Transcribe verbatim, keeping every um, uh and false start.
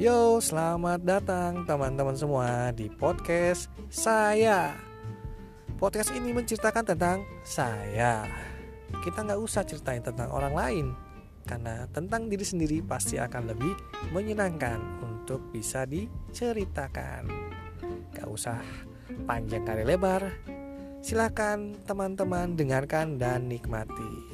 Yo, selamat datang teman-teman semua di podcast saya. Podcast ini menceritakan tentang saya. Kita gak usah ceritain tentang orang lain, karena tentang diri sendiri pasti akan lebih menyenangkan untuk bisa diceritakan. Gak usah panjang kali lebar. Silakan teman-teman dengarkan dan nikmati.